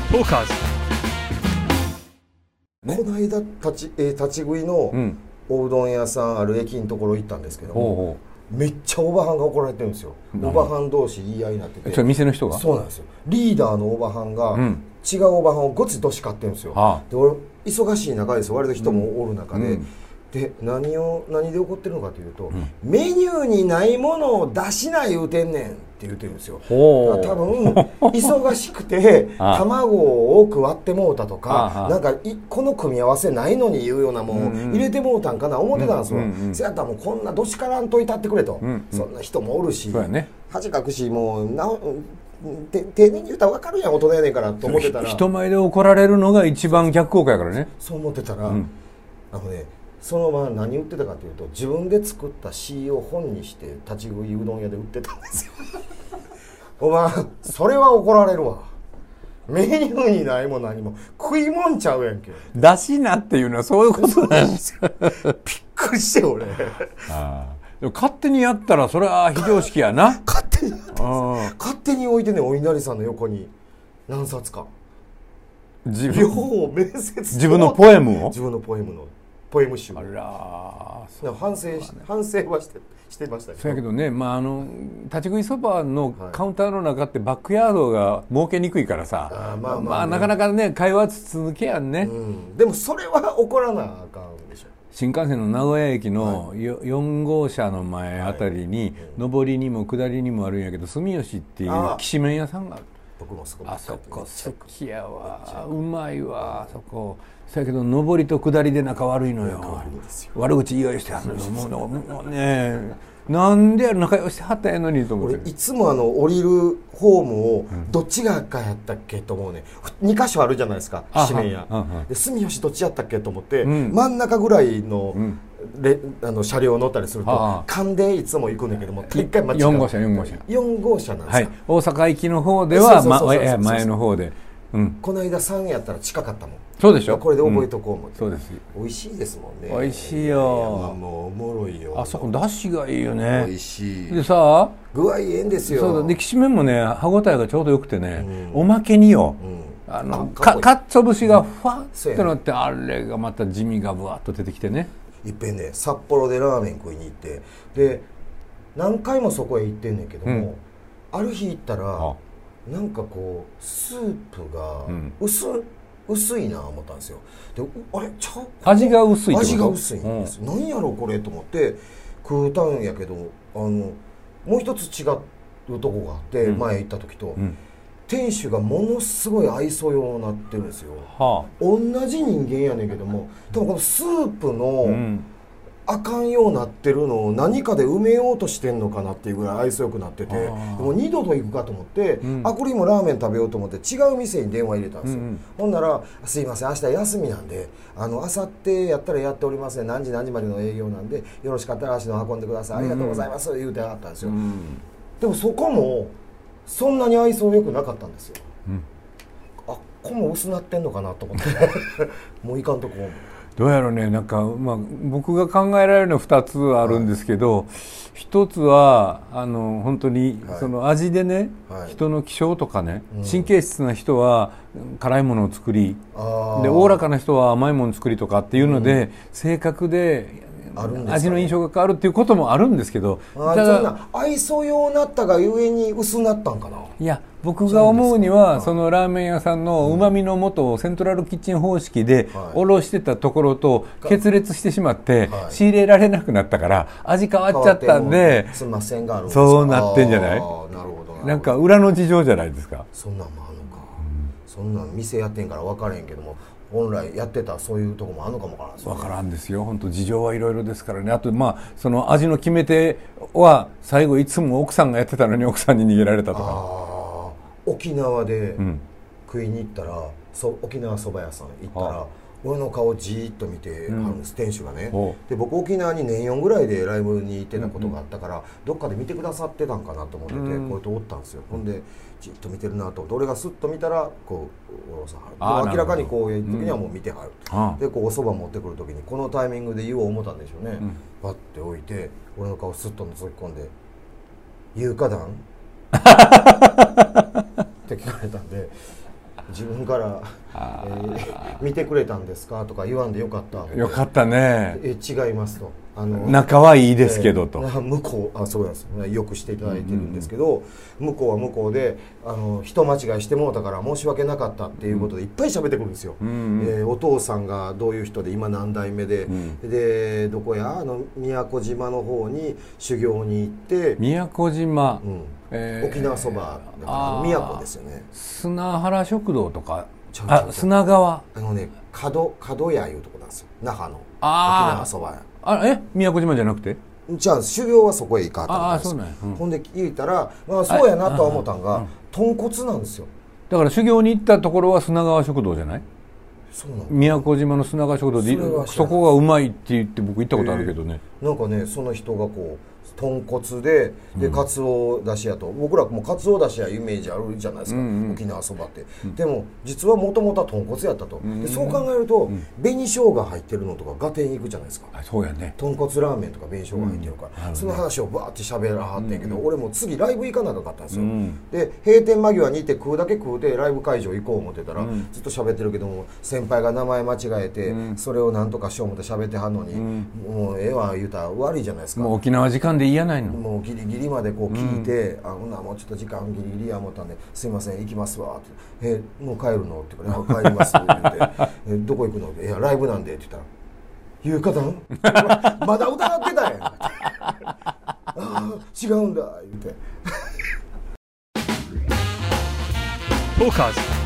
トーカーズ、 この間立ち食いのおうどん屋さんある駅のところ行ったんですけども、めっちゃおばはんが怒られてるんですよ。おばはん同士言い合いになってて。 それ店の人が？ そうなんですよ。リーダーのおばはんが、違うおばはんをごつどしかってるんですよ。で俺忙しい中ですよ。割と人もおる中で、で何で怒ってるのかというと、メニューにないものを出しない言うてんねんって言ってるんですよ。多分忙しくて卵を多く割ってもうたとか、なんかこの組み合わせないのに言うようなもん入れてもうたんかな思ってたんですよ。そやったらもうこんなどしからんといたってくれと、そんな人もおるし、恥かくし、もう丁寧に言うたら分かるやん、大人やねんからと思ってたら、 人前で怒られるのが一番逆効果やからね。 そう思ってたら、その場何売ってたかというと、自分で作った詩を本にして立ち食いうどん屋で売ってたんですよ。お前それは怒られるわ。メニューにないも何も食いもんちゃうやんけ。 出しなっていうのはそういうことなんですよ。 びっくりして俺。 でも勝手にやったらそれは非常識やな。 勝手にやってます。勝手に置いてね、お稲荷さんの横に何冊か自分のポエムを、 自分のポエム集。 あら、 反省はしてましたけど。 そうやけどね、立ち食いそばのカウンターの中ってバックヤードが設けにくいからさ、なかなかね会話続けやんね。 でもそれは怒らなあかんでしょ。 新幹線の名古屋駅の4号車の前あたりに、上りにも下りにもあるんやけど、住吉っていうきしめん屋さんがある。 僕もすごくあそこ好きやわ、うまいわあそこ。そやけど上りと下りで仲悪いのよ。悪口言い合いしてはんのよ。もうね、なんで仲良しはったやのにと思って。 俺いつも降りるホームをどっちがかやったっけと思うね。2箇所あるじゃないですか、きしめん屋で。住吉どっちやったっけと思って、真ん中ぐらいの車両乗ったりすると勘でいつも行くんだけども、一回間違う。4号車なんですか。 大阪行きの方では前の方で、 この間3やったら近かったもん。 そうでしょ。 これで覚えとこう思って。 そうです。 美味しいですもんね。 美味しいよ。 もうおもろいよ。 あそこ出汁がいいよね。 美味しい。 でさ、 具合いいんですよ。 そうだ。できしめんもね、歯ごたえがちょうどよくてね、おまけによ、かつお節がファッとなって、あれがまた地味がぶわっと出てきてね。 いっぺんね、札幌でラーメン食いに行って、で何回もそこへ行ってんねんけども、ある日行ったらなんかこうスープが薄いな思ったんですよ。で、あれ味が薄いってこと？ 味が薄いんです。何やろこれと思って食うたんやけど、もう一つ違うとこがあって、前行った時と、店主がものすごい愛想ようになってるんですよ。同じ人間やねんけども、多分このスープのあかんようになってるのを何かで埋めようとしてんのかなっていうぐらい愛想よくなってて、でも二度と行くかと思って、これもラーメン食べようと思って違う店に電話入れたんですよ。ほんなら「すいません、明日休みなんで明後日やったらやっておりますね、何時何時までの営業なんでよろしかったら足の運んでください、ありがとうございます」言うてあったんですよ。でもそこもそんなに愛想よくなかったんですよ。ここも薄なってんのかなと思ってもういかんとこどうやろうね。なんか、僕が考えられるのは2つあるんですけど、1つは本当にその味でね、人の気性とかね、神経質な人は辛いものを作り、でおおらかな人は甘いものを作りとかっていうので、性格で味の印象が変わるっていうこともあるんですけど、 そんな愛想ようなったがゆえに薄なったんかな。 いや、僕が思うにはそのラーメン屋さんのうまみの素をセントラルキッチン方式でおろしてたところと決裂してしまって仕入れられなくなったから味変わっちゃったんで、そうなってんじゃない。なんか裏の事情じゃないですか。 そんなんもあるのか。そんなん店やってんから分からへんけども、本来やってたそういうとこもあるのかもわからんですよね。 分からんですよ。本当事情はいろいろですからね。あとその味の決め手は最後いつも奥さんがやってたのに奥さんに逃げられたとか。 沖縄で食いに行ったら、沖縄そば屋さん行ったら、俺の顔じーっと見てはるんです、店主がね。で僕沖縄に年4ぐらいでライブに行ってたことがあったから、どっかで見てくださってたんかなと思ってて、こうやっておったんですよ。ほんでじっと見てるなと思って、俺がスッと見たらこうおろさはる。明らかにこういう時にはもう見てはる。でこうおそば持ってくる時にこのタイミングで言おう思ったんでしょうね。パッて置いて俺の顔スッと覗き込んで「有価団?」って聞かれたんで自分から見てくれたんですかとか言わんでよかった。 よかったね。 違いますと。 仲はいいですけどと。 向こう、そうなんです。よくしていただいてるんですけど、向こうは向こうで、人間違いしてもうたから申し訳なかったっていうことでいっぱい喋ってくるんですよ。お父さんがどういう人で、今何代目で、で、どこや、宮古島の方に修行に行って、 宮古島、 沖縄そばだから宮古ですよね。 砂原食堂とか、砂川。 角屋いうとこなんですよ。那覇の沖縄そば屋。 宮古島じゃなくて？ じゃあ修行はそこへ行かはったんです。ほんで聞いたら、そうやなとは思ったんが、豚骨なんですよ。 だから修行に行ったところは砂川食堂じゃない？ そうなの。 宮古島の砂川食堂でそこがうまいって言って僕行ったことあるけどね。 なんかね、その人がこう豚骨でかつおだしやと、僕らもかつおだしやイメージあるじゃないですか、沖縄そばって。でも実はもともとは豚骨やったと。でそう考えると紅生姜入ってるのとか合点いくじゃないですか。 そうやね。 豚骨ラーメンとか紅生姜入ってるから、その話をバーって喋らはってんけど、俺も次ライブ行かなかったんですよ。で閉店間際に行って食うだけ食うてライブ会場行こう思ってたら、ずっと喋ってるけども先輩が名前間違えて、それをなんとかしよう思って喋ってはんのに、もうええわ言うたら悪いじゃないですか。 もう沖縄時間で嫌ないの？ もうギリギリまでこう聞いて、ほんならもうちょっと時間ギリギリや思ったんで、すいません行きますわって、もう帰るのって言うから、帰りますって言って、どこ行くのって、いやライブなんでって言ったら、言う方まだ疑ってたやんああ違うんだ言って。 トーカーズ